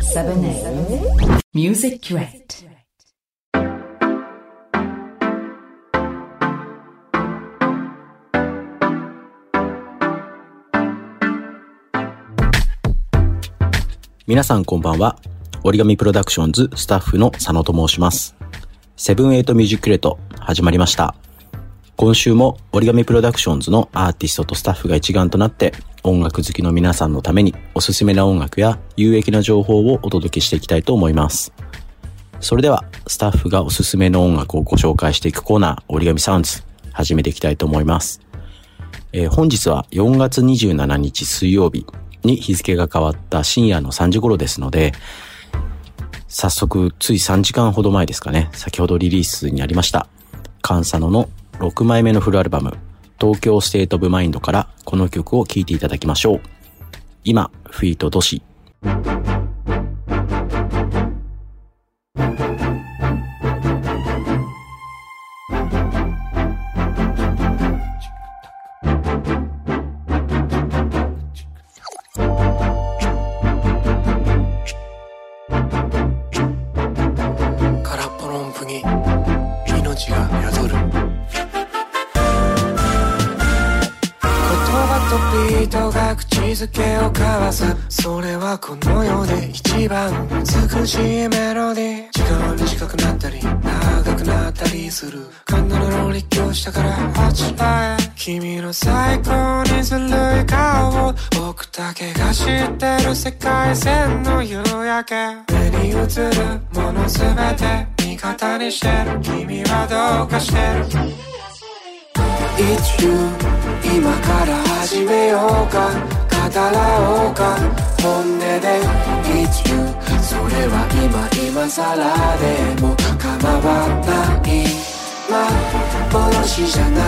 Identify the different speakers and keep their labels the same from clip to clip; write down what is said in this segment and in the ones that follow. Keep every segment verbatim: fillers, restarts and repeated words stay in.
Speaker 1: セブンエイト Music Direct。
Speaker 2: 皆さんこんばんは。折り紙プロダクションズスタッフの佐野と申します。セブンエイトミュージックレート始まりました。今週も折り紙プロダクションズのアーティストとスタッフが一丸となって音楽好きの皆さんのためにおすすめな音楽や有益な情報をお届けしていきたいと思います。それではスタッフがおすすめの音楽をご紹介していくコーナー、折り紙サウンズ始めていきたいと思います。えー、本日はよんがつにじゅうしちにち水曜日に日付が変わった深夜のさんじ頃ですので、早速ついさんじかんほど前ですかね、先ほどリリースになりましたカンサノのろくまいめのフルアルバム東京ステートオブマインドからこの曲を聴いていただきましょう。今フィート都市。
Speaker 3: づけを交わす、それはこの世で一番美しいメロディー。時間は短くなったり長くなったりする。感動の立教したからあちらへ。君の最高にずるい顔を僕だけが知ってる世界線の夕焼け。目に映るものすべて味方にしてる。君はどうかしてる。It's you 今から始めようか、語らおうか本音で It's you それは今今さらでも構わない。幻じゃない、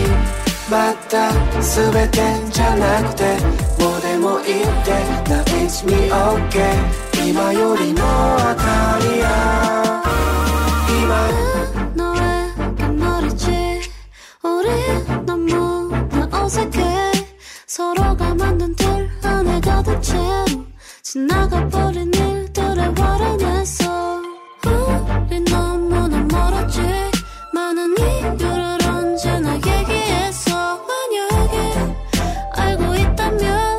Speaker 3: また全てじゃなくてもうでもいいってな It's me OK 今よりの明かりや今
Speaker 4: 너에게 말이지 우리 너무나 어색해. 서로가 만든 틀 안에 가득 채로 지나가버린 일들에 화를 냈어. 우리 너무나 멀었지. 많은 이유를 언제나 얘기했어. 만약에 알고 있다면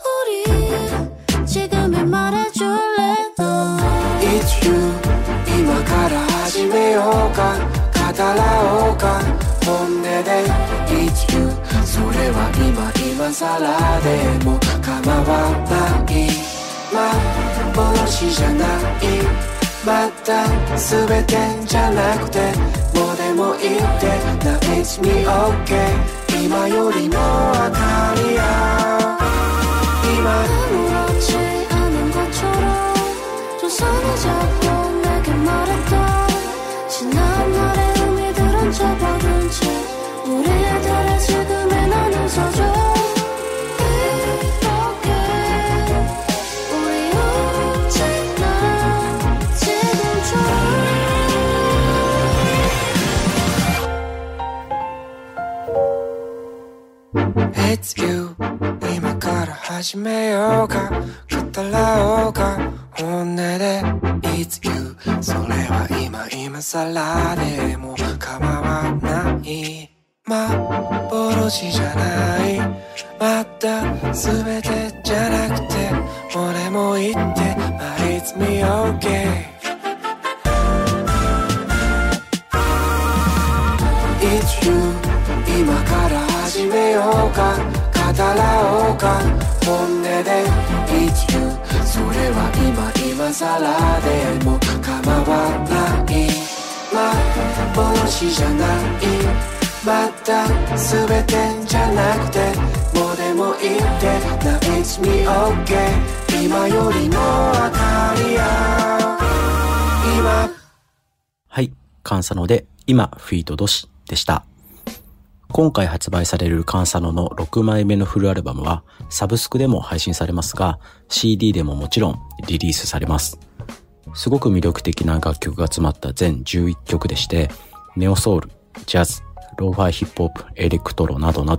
Speaker 4: 우리 지금이 말해줄래 너.
Speaker 3: It's you 今から始めようか、語らおうか本音で It's you それは今今さらでも構わない。幻じゃない、また全てじゃなくてもうでもいいってな It's me OK 今よりの明かりや今
Speaker 4: 아무렇지 않은 것처럼 두 손을 잡고 내게 말했다. 지난 날의 의미들은 접어둔 채 우리들의 지금에 난 웃어줘. 이렇게 우리 언제나 지금처럼.
Speaker 3: It's you 今から始めようか、語らおうか本音で It's you それは今今さらでも構わない。幻じゃない、また全てじゃなくて俺も言って It's me OK It's you 今から始めようか、語らおうか本音で It's you それは今今さらでも構わない。幻じゃない、また全てじゃなくてもうでもいいってな It's me OK 今よりの明かりや今。
Speaker 2: はい、カンサノで今フィート都市でした。今回発売されるカンサノのろくまいめのフルアルバムはサブスクでも配信されますが シーディー でももちろんリリースされます。すごく魅力的な楽曲が詰まった全じゅういっきょくでして、ネオソウル、ジャズ、ローファイヒップホップ、エレクトロなどなど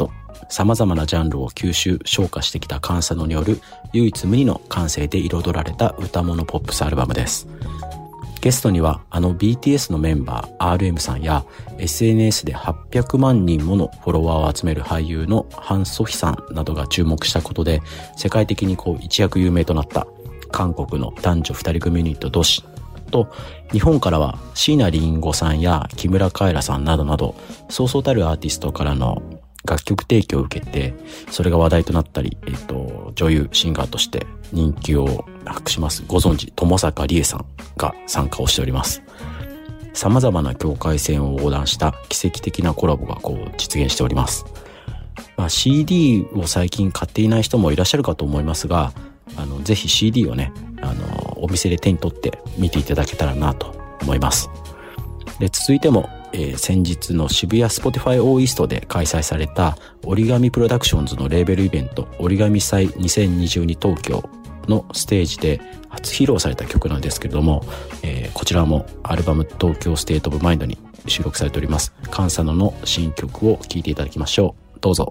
Speaker 2: 様々なジャンルを吸収昇華してきたカンサノによる唯一無二の感性で彩られた歌物ポップスアルバムです。ゲストにはあの ビーティーエス のメンバー アールエム さんや エスエヌエス ではっぴゃくまんにんものフォロワーを集める俳優のハン・ソヒさんなどが注目したことで世界的にこう一躍有名となった韓国の男女二人組ユニットドシと、日本からは椎名林檎さんや木村カエラさんなどなどそうそうたるアーティストからの楽曲提供を受けてそれが話題となったり、えっと、女優シンガーとして人気を博しますご存知友坂理恵さんが参加をしております。様々な境界線を横断した奇跡的なコラボがこう実現しております。まあ、シーディー を最近買っていない人もいらっしゃるかと思いますが、あのぜひ シーディー をねあのお店で手に取って見ていただけたらなと思います。で続いてもえー、先日の渋谷スポティファイオーイーストで開催された折り紙プロダクションズのレーベルイベント折り紙祭にせんにじゅうに東京のステージで初披露された曲なんですけれども、えー、こちらもアルバム東京ステートオブマインドに収録されておりますカンサノの新曲を聴いていただきましょう。どうぞ。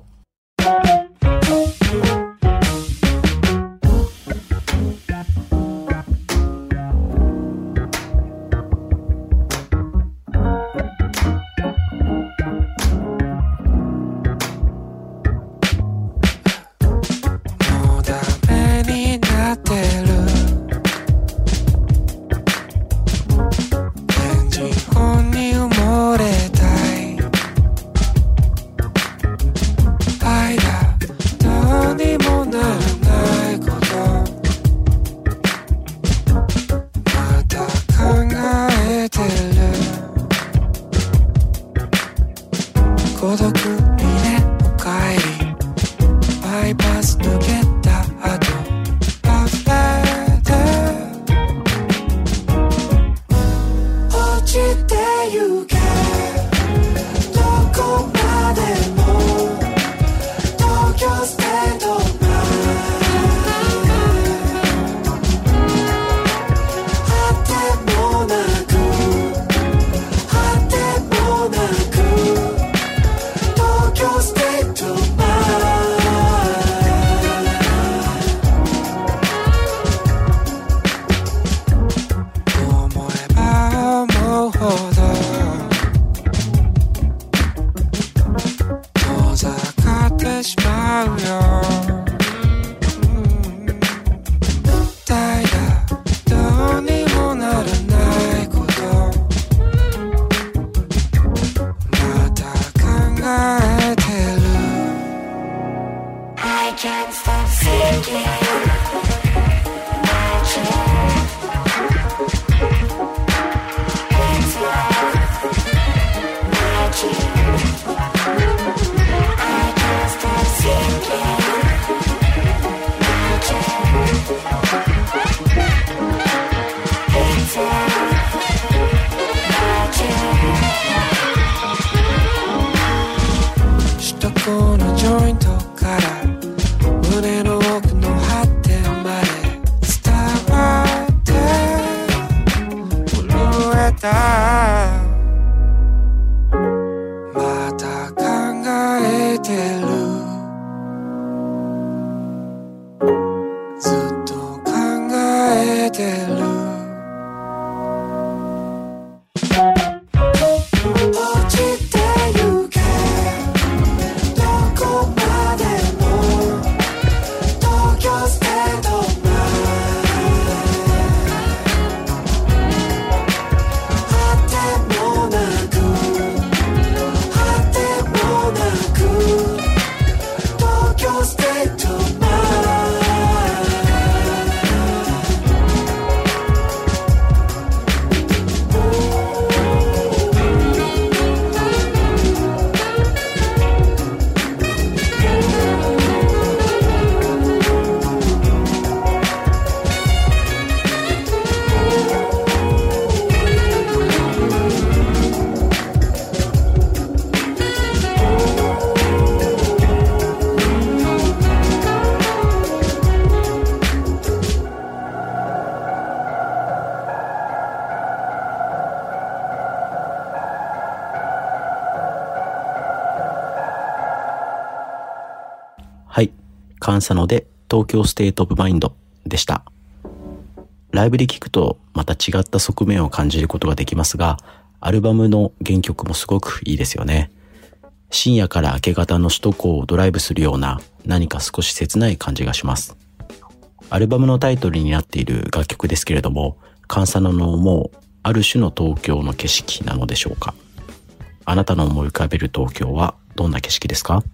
Speaker 2: カンサノで東京ステートオブマインドでした。ライブで聴くとまた違った側面を感じることができますが、アルバムの原曲もすごくいいですよね。深夜から明け方の首都高をドライブするような何か少し切ない感じがします。アルバムのタイトルになっている楽曲ですけれども、カンサノの思うある種の東京の景色なのでしょうか。あなたの思い浮かべる東京はどんな景色ですか？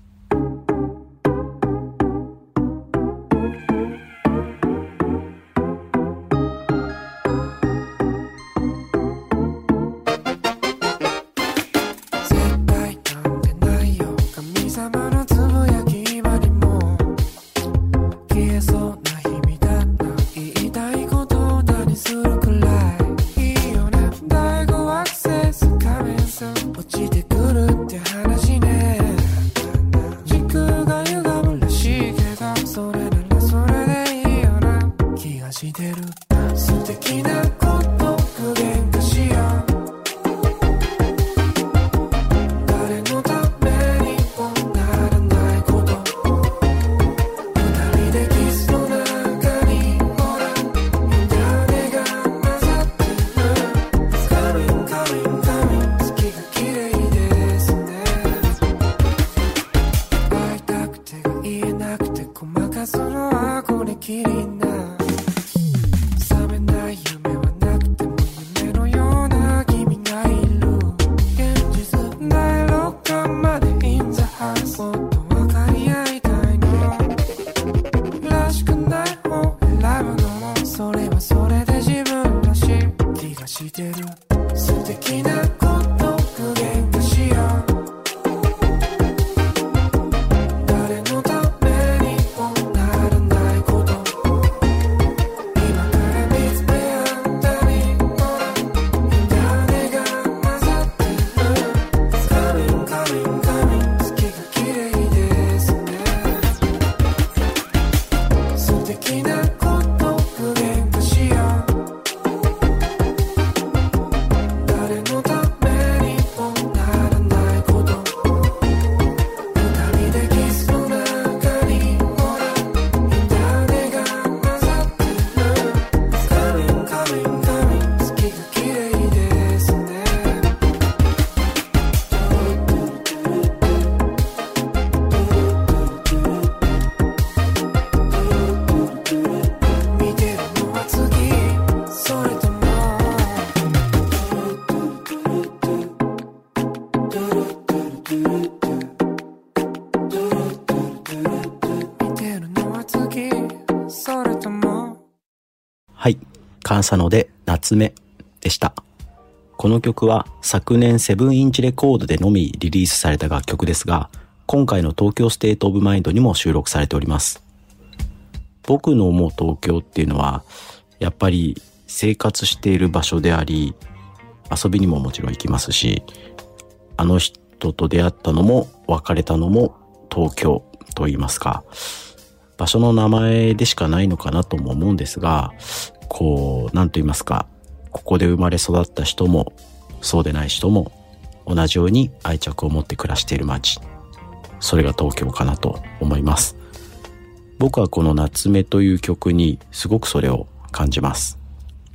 Speaker 2: はい、カンサノで夏目でした。この曲は昨年セブンインチレコードでのみリリースされた楽曲ですが、今回の東京ステートオブマインドにも収録されております。僕の思う東京っていうのはやっぱり生活している場所であり、遊びにももちろん行きますし、あの人と出会ったのも別れたのも東京と言いますか、場所の名前でしかないのかなとも思うんですが、こう、なんと言いますか、ここで生まれ育った人もそうでない人も同じように愛着を持って暮らしている街、それが東京かなと思います。僕はこの夏目という曲にすごくそれを感じます。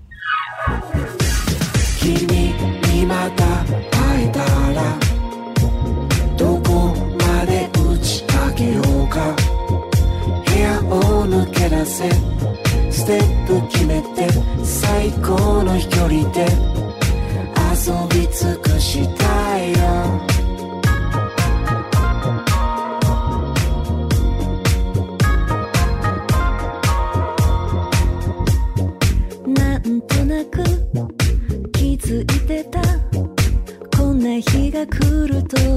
Speaker 3: 君にまた会えたらどこまで打ち明けようか、部屋を抜け出せ、ステップ決めて最高の飛距離で遊び尽くしたいよ。
Speaker 4: なんとなく気づいてた、こんな日が来ると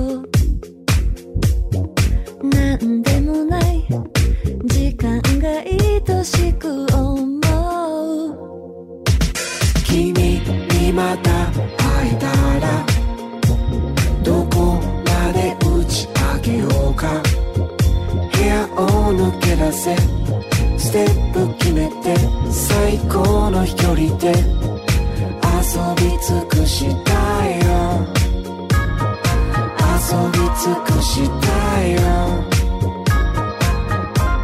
Speaker 4: なんでもない時間が愛しく思う。
Speaker 3: 君にまた会えたらどこまで打ち明けようか、部屋を抜け出せ、ステップ決めて最高の飛距離で遊び尽くしたいよ、遊び尽くしたいよ。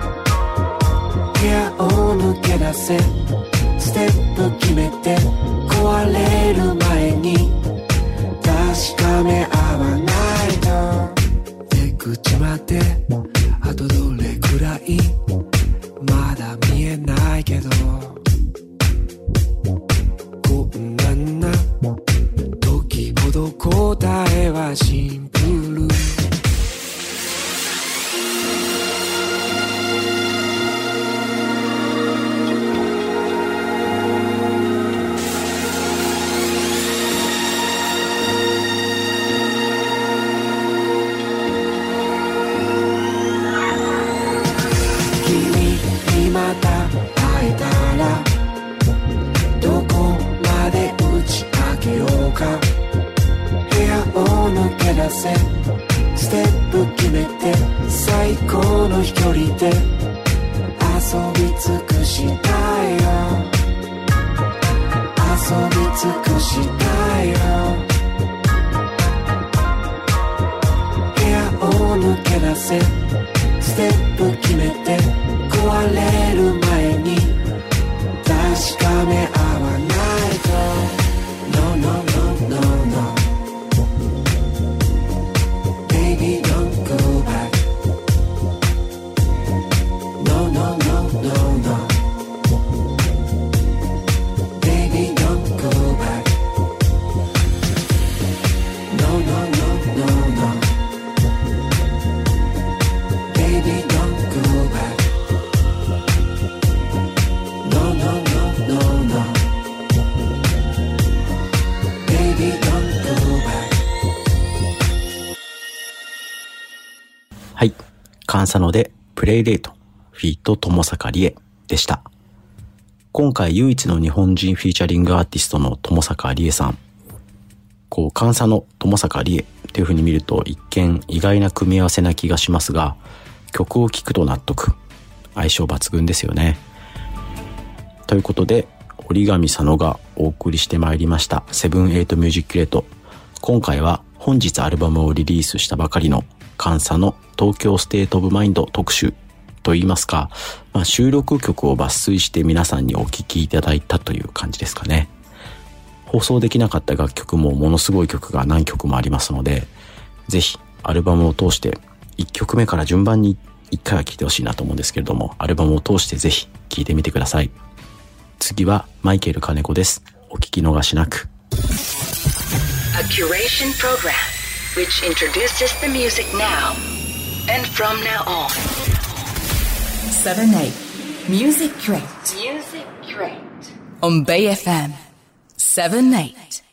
Speaker 3: 部屋を抜け出せステップ決めて壊れる前に確かめ合わないと出口まであとどれくらいまだ見えないけど困難な時ほど答えはシンプルまた会えたらどこまで打ち明けようか部屋を抜け出せステップ決めて最高の飛距離で遊び尽くしたいよ遊び尽くしたいよ部屋を抜け出せステップ決めて壊れる前に確かめ合わないと No, no, no, no, no Baby, don't go back No, no, no, no, no Baby, don't go back No, no, no, no, no Baby, don't go back No, no, no, no, no Baby, don't go back
Speaker 2: はい。カンサノでプレイレート、フィート友坂理恵でした。今回唯一の日本人フィーチャリングアーティストの友坂理恵さん。こう、カンサノ友坂理恵っていう風に見ると一見意外な組み合わせな気がしますが、曲を聴くと納得。相性抜群ですよね。ということで、折り紙佐野がお送りしてまいりましたセブンエイトミュージックレート。今回は本日アルバムをリリースしたばかりのカンサノ東京ステートオブマインド特集といいますか、まあ、収録曲を抜粋して皆さんにお聴きいただいたという感じですかね。放送できなかった楽曲もものすごい曲が何曲もありますので、ぜひアルバムを通していっきょくめから順番にいっかいは聴いてほしいなと思うんですけれども、アルバムを通してぜひ聴いてみてください。次はマイケル金子です。お聞き逃しなく。
Speaker 1: A curation program which introduces the music now and from now on. seven eight Music Crate. Music Crate. On Bay エフエム seven eight.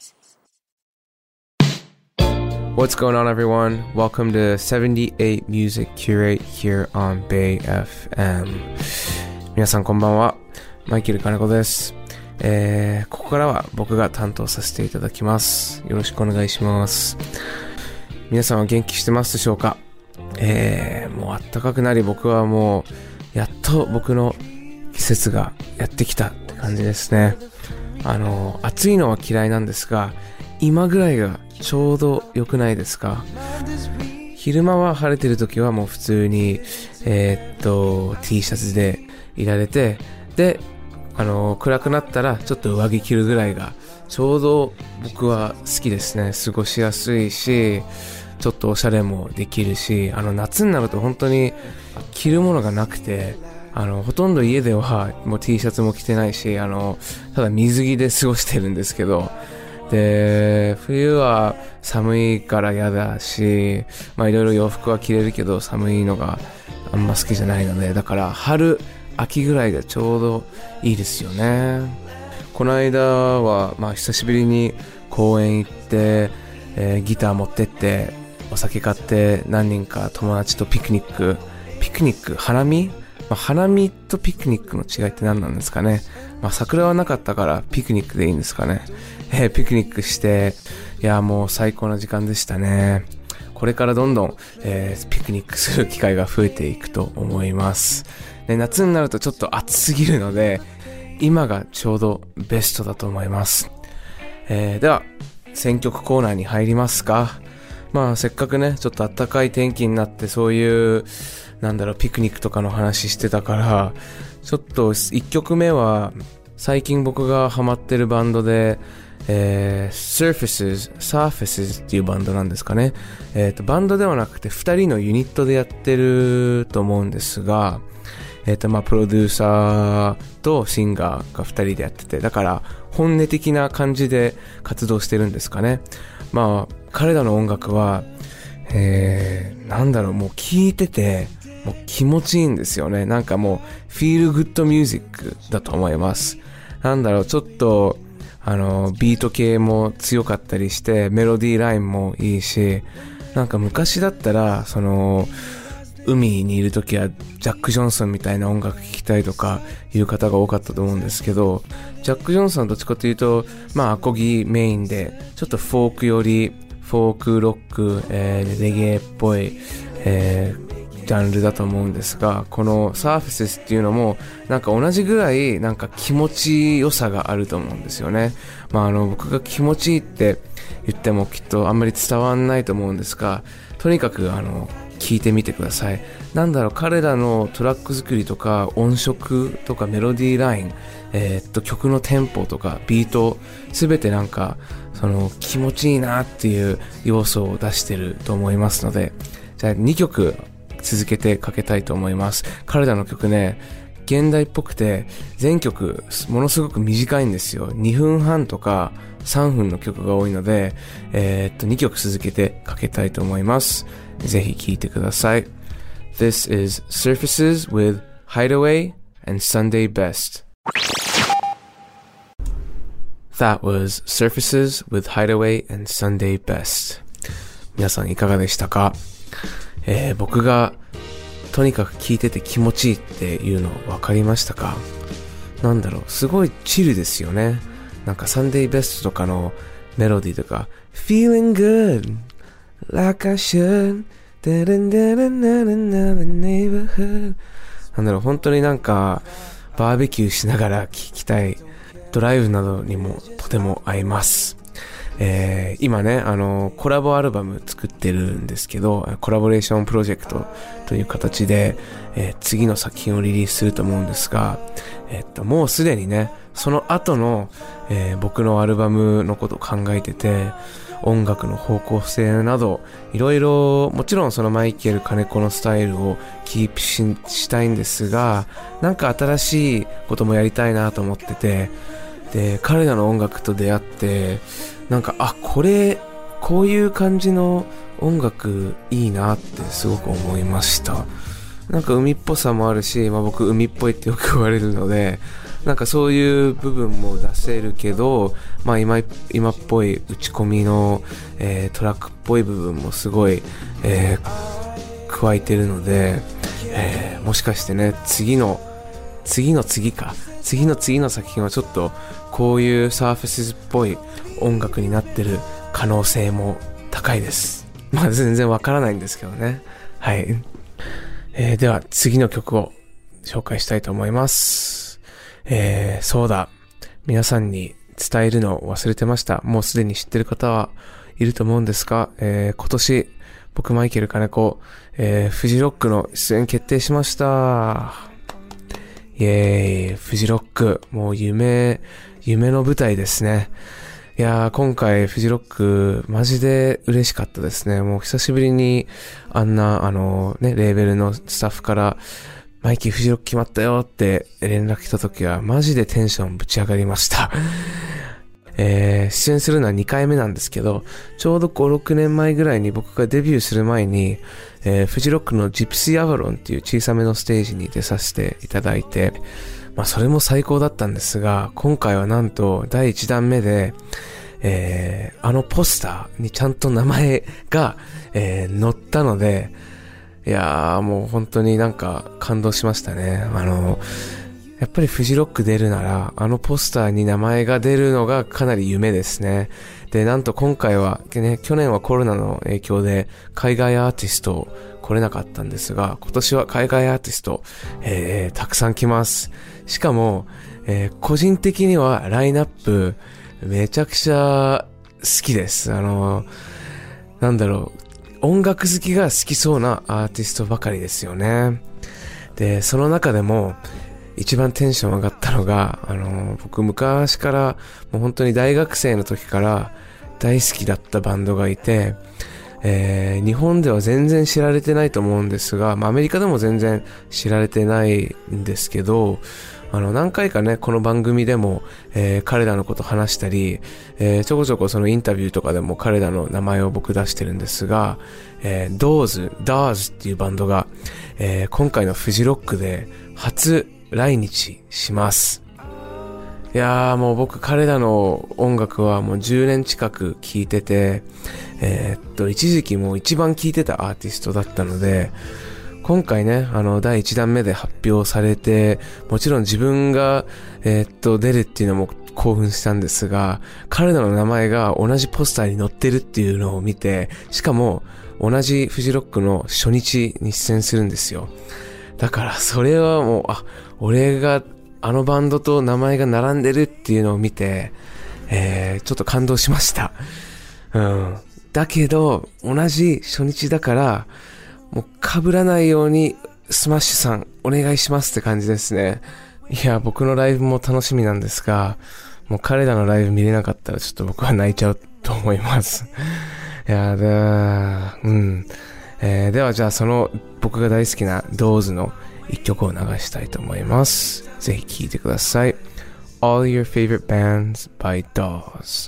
Speaker 5: What's going on, everyone? Welcome to seventy-eight Music Curate here on Bay エフエム. 皆さんこんばんは。マイケル金子です。えー、ここからは僕が担当させていただきます。よろしくお願いします。皆さんは元気してますでしょうか？えー、もう暖かくなり、僕はもうやっと僕の季節がやってきたって感じですね。あの暑いのは嫌いなんですが、今ぐらいがちょうど良くないですか？昼間は晴れてる時はもう普通にえー、っと T シャツでいられて、であの暗くなったらちょっと上着着るぐらいがちょうど僕は好きですね。過ごしやすいし、ちょっとおしゃれもできるし、あの夏になると本当に着るものがなくて、あのほとんど家ではもう T シャツも着てないし、あのただ水着で過ごしてるんですけど、で冬は寒いから嫌だし、まあいろいろ洋服は着れるけど寒いのがあんま好きじゃないので、だから春秋ぐらいがちょうどいいですよね。この間はまあ久しぶりに公園行って、えー、ギター持ってってお酒買って何人か友達とピクニックピクニック花見、まあ、花見とピクニックの違いって何なんですかね。まあ桜はなかったからピクニックでいいんですかね。えー、ピクニックして、いやもう最高な時間でしたね。これからどんどん、えー、ピクニックする機会が増えていくと思います。で夏になるとちょっと暑すぎるので、今がちょうどベストだと思います。えー、では選曲コーナーに入りますか。まあせっかくねちょっと暖かい天気になって、そういうなんだろうピクニックとかの話してたから、 ちょっといっきょくめは最近僕がハマってるバンドで、えー、Surfaces, Surfaces っていうバンドなんですかね。えっと、バンドではなくてふたりのユニットでやってると思うんですが、えっと、まあ、プロデューサーとシンガーがふたりでやってて、だから本音的な感じで活動してるんですかね。まあ、彼らの音楽は、えー、なんだろう、もう聴いてて、もう気持ちいいんですよね。なんかもう、feel good music だと思います。なんだろう、ちょっと、あの、ビート系も強かったりして、メロディーラインもいいし、なんか昔だったら、その、海にいるときはジャック・ジョンソンみたいな音楽聴きたいとかいう方が多かったと思うんですけど、ジャック・ジョンソンどっちかというと、まあアコギメインで、ちょっとフォークより、フォーク、ロック、えー、レゲエっぽい、えー、ジャンルだと思うんですが、このサーフェスっていうのも、なんか同じぐらい、なんか気持ちよさがあると思うんですよね。まああの、僕が気持ちいいって言ってもきっとあんまり伝わんないと思うんですが、とにかくあの、聞いてみてください。なんだろう、彼らのトラック作りとか音色とかメロディーライン、えー、っと曲のテンポとかビート、すべてなんかその気持ちいいなっていう要素を出してると思いますので、じゃあにきょく続けてかけたいと思います。彼らの曲ね、現代っぽくて全曲ものすごく短いんですよ。にふんはんとかさんぷんの曲が多いので、えー、っとにきょく続けてかけたいと思います。ぜひ聴いてください。This is Surfaces with Hideaway and Sunday Best. That was Surfaces with Hideaway and Sunday Best. 皆さんいかがでしたか？えー、僕がとにかく聴いてて気持ちいいっていうの分かりましたか？なんだろう、すごいチルですよね。なんか Sunday Best とかのメロディーとか Feeling good Like I should da da da da da da da neighborhood なんだろう、本当になんかバーベキューしながら聴きたい、ドライブなどにもとても合います。えー、今ね、あのコラボアルバム作ってるんですけど、コラボレーションプロジェクトという形で、えー、次の作品をリリースすると思うんですが、えー、っともうすでにね、その後の、えー、僕のアルバムのことを考えてて、音楽の方向性などいろいろ、もちろんそのマイケル金子のスタイルをキープ し, したいんですが、なんか新しいこともやりたいなと思ってて、で彼らの音楽と出会って、なんかあこれこういう感じの音楽いいなってすごく思いました。なんか海っぽさもあるし、まあ、僕海っぽいってよく言われるので、なんかそういう部分も出せるけど、まあ 今, 今っぽい打ち込みの、えー、トラックっぽい部分もすごい、えー、加えてるので、えー、もしかしてね、次の次の次か次の次の作品はちょっとこういうサーフェスっぽい音楽になってる可能性も高いです。まあ全然わからないんですけどね。はい、えー、では次の曲を紹介したいと思います。えー、そうだ。皆さんに伝えるのを忘れてました。もうすでに知ってる方はいると思うんですが、えー、今年、僕マイケル金子、えー、フジロックの出演決定しました。イエーイ、フジロック、もう夢、夢の舞台ですね。いやー、今回フジロック、マジで嬉しかったですね。もう久しぶりに、あんな、あの、ね、レーベルのスタッフから、マイキーフジロック決まったよって連絡来た時はマジでテンションぶち上がりました。えー、出演するのはにかいめなんですけど、ちょうどご、ろくねんまえぐらいに僕がデビューする前に、えー、フジロックのジプシーアバロンっていう小さめのステージに出させていただいて、まあそれも最高だったんですが、今回はなんとだいいちだんめで、えー、あのポスターにちゃんと名前が、えー、載ったので、いやーもう本当になんか感動しましたね。あのやっぱりフジロック出るならあのポスターに名前が出るのがかなり夢ですね。でなんと今回はね、去年はコロナの影響で海外アーティスト来れなかったんですが、今年は海外アーティスト、えー、たくさん来ます。しかも、えー、個人的にはラインナップめちゃくちゃ好きです。あのなんだろう、音楽好きが好きそうなアーティストばかりですよね。で、その中でも、 一番テンション上がったのが、あの、僕昔から、もう本当に大学生の時から大好きだったバンドがいて、えー、日本では全然知られてないと思うんですが、まあアメリカでも全然知られてないんですけど、あの何回かねこの番組でも、えー、彼らのこと話したり、えー、ちょこちょこそのインタビューとかでも彼らの名前を僕出してるんですが、えー、ドーズ、ダーズっていうバンドが、えー、今回のフジロックで初来日します。いやーもう僕彼らの音楽はもうじゅうねん近く聴いてて、えー、っと一時期もう一番聴いてたアーティストだったので、今回ねあのだいいちだんめで発表されて、もちろん自分がえー、っと出るっていうのも興奮したんですが、彼らの名前が同じポスターに載ってるっていうのを見て、しかも同じフジロックの初日に出演するんですよ。だからそれはもう、あ、俺があのバンドと名前が並んでるっていうのを見て、えー、ちょっと感動しました。うん。だけど、同じ初日だから、もう被らないようにスマッシュさんお願いしますって感じですね。いや、僕のライブも楽しみなんですが、もう彼らのライブ見れなかったらちょっと僕は泣いちゃうと思います。いやだ、うん。えー、ではじゃあその僕が大好きなドーズの一曲を流したいと思います。ぜひ聴いてください。All Your Favorite Bands by Dawes.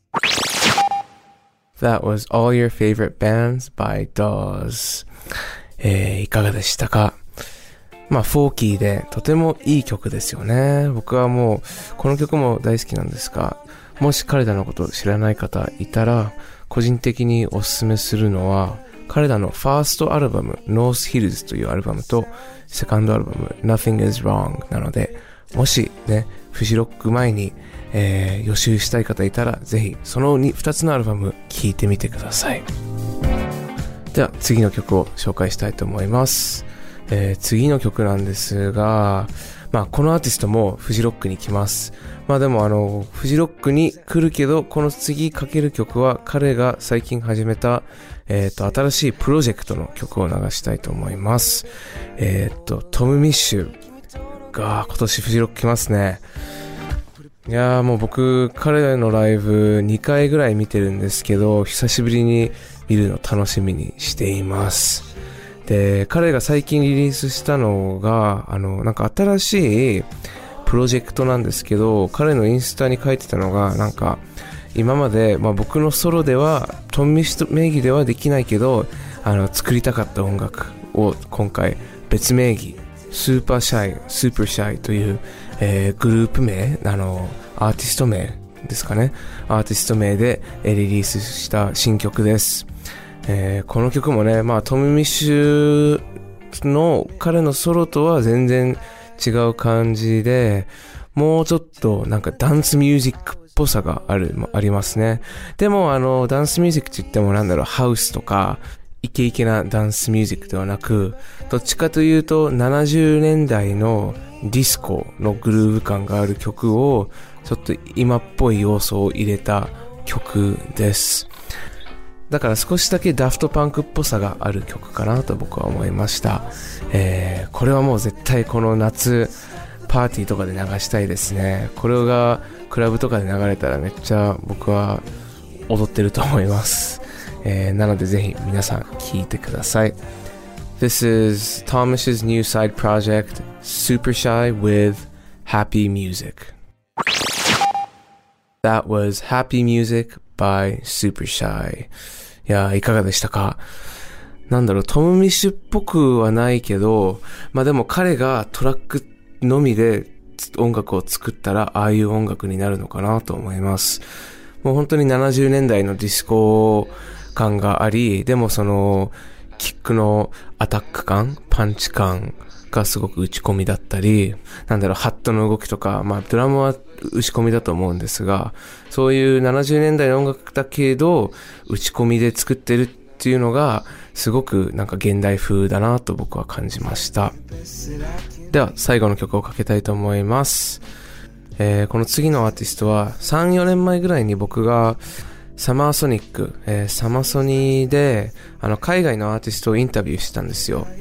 Speaker 5: That was All Your Favorite Bands by Dawes. えー、いかがでしたか？まあ、フォーキーでとてもいい曲ですよね。僕はもう、この曲も大好きなんですが、もし彼らのことを知らない方いたら、個人的におすすめするのは、彼らのファーストアルバム North Hills というアルバムとセカンドアルバム Nothing is Wrong なので、もしねフジロック前に、えー、予習したい方いたらぜひその 2, 2つのアルバム聴いてみてください。では次の曲を紹介したいと思います。えー、次の曲なんですが、まあこのアーティストもフジロックに来ます。まあでもあのフジロックに来るけど、この次かける曲は彼が最近始めたえっと新しいプロジェクトの曲を流したいと思います。えっとトム・ミッシュが今年フジロック来ますね。いやーもう僕彼のライブにかいぐらい見てるんですけど、久しぶりに見るの楽しみにしています。で、彼が最近リリースしたのが、あの、なんか新しいプロジェクトなんですけど、彼のインスタに書いてたのが、なんか、今まで、まあ僕のソロでは、トンミスト名義ではできないけど、あの、作りたかった音楽を今回、別名義、スーパーシャイ、スーパーシャイという、えー、グループ名、あの、アーティスト名ですかね。アーティスト名で、えー、リリースした新曲です。えー、この曲もね、まあトム・ミッシュの彼のソロとは全然違う感じで、もうちょっとなんかダンスミュージックっぽさがある、ありますね。でもあのダンスミュージックって言ってもなんだろう、ハウスとかイケイケなダンスミュージックではなく、どっちかというとななじゅうねんだいのディスコのグルーヴ感がある曲をちょっと今っぽい要素を入れた曲です。だから少しだけダフトパンクっぽさがある曲かなと僕は思いました。えー、これはもう絶対この夏パーティーとかで流したいですね。これがクラブとかで流れたらめっちゃ僕は踊ってると思います。えー、なのでぜひ皆さん聴いてください。This is Thomas's new side project, Super Shy with Happy Music. That was Happy Music by Super Shy. いやー、いかがでしたか？なんだろう、トム・ミッシュっぽくはないけど、まあでも彼がトラックのみで音楽を作ったら、ああいう音楽になるのかなと思います。もう本当にななじゅうねんだいのディスコ感があり、でもその、キックのアタック感、パンチ感がすごく打ち込みだったり、なんだろう、ハットの動きとか、まあドラムは打ち込みだと思うんですが、そういうななじゅうねんだいの音楽だけど、打ち込みで作ってるっていうのが、すごくなんか現代風だなと僕は感じました。では、最後の曲をかけたいと思います。えー、この次のアーティストは、さん、よねんまえぐらいに僕が、サマーソニック、えー、サマソニーで、あの、海外のアーティストをインタビューしたんですよ。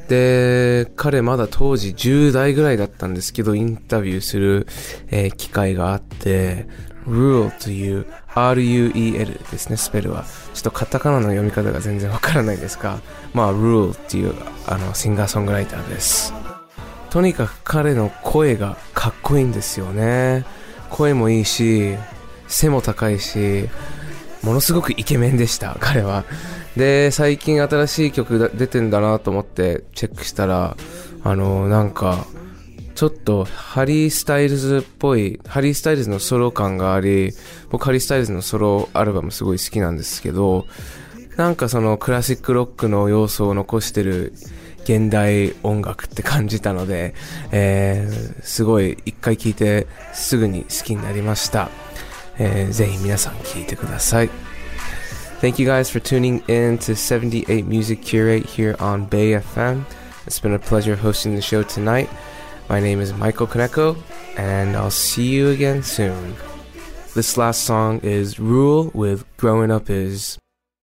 Speaker 5: で、彼まだ当時じゅう代ぐらいだったんですけど、インタビューする、えー、機会があって、Rule という アールユーイーエル ですね、スペルは。ちょっとカタカナの読み方が全然わからないですが、まあ Rule っていうあのシンガーソングライターです。とにかく彼の声がかっこいいんですよね。声もいいし、背も高いし、ものすごくイケメンでした、彼は。で、最近新しい曲出てんだなと思ってチェックしたら、あの、なんか、ちょっとハリー・スタイルズっぽい、ハリー・スタイルズのソロ感があり、僕ハリー・スタイルズのソロアルバムすごい好きなんですけど、なんかそのクラシックロックの要素を残してる現代音楽って感じたので、えー、すごい一回聴いてすぐに好きになりました。えー、ぜひ皆さん聴いてください。Thank you guys for tuning in to seventy-eight Music Curate here on Bay F M. It's been a pleasure hosting the show tonight. My name is Michael Kaneko, and I'll see you again soon. This last song is Rule with Growing Up Is.